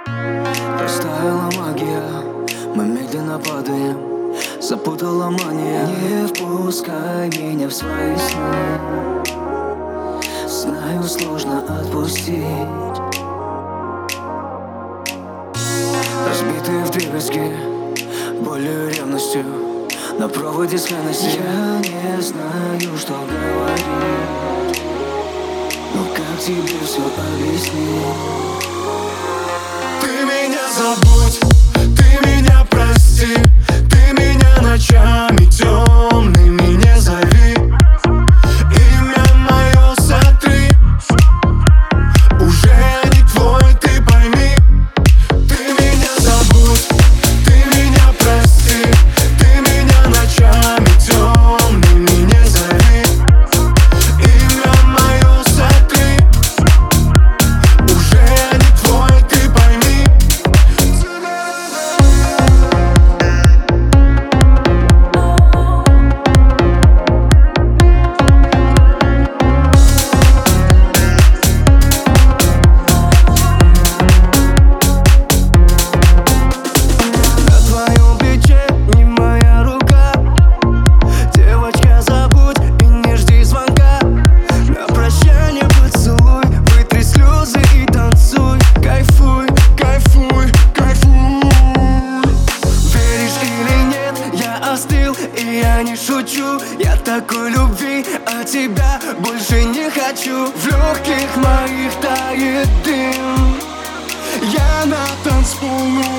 Растаяла магия, мы медленно падаем. Запутала мания. Не впускай меня в свои сны. Знаю, сложно отпустить. Разбитые вдребезги болью и ревностью на проводе с Хеннесси. Я не знаю, что говорить, но как тебе все объяснить? Ты меня забудь, ты меня прости, ты меня ночами темными не зови. Имя мое сотри, уже я не твой, ты пойми. Ты меня забудь, ты меня прости, ты меня ночами темными не зови. Имя мое сотри, уже я не твой, ты пойми. На твоем плече не моя рука. Девочка, забудь и не жди звонка. На прощание поцелуй, вытри слезы и танцуй. Кайфуй, кайфуй, кайфуй. Веришь или нет, я остыл и я не шучу. Я такой любви, а тебя больше не хочу. В легких моих тает дым. Я на танцпол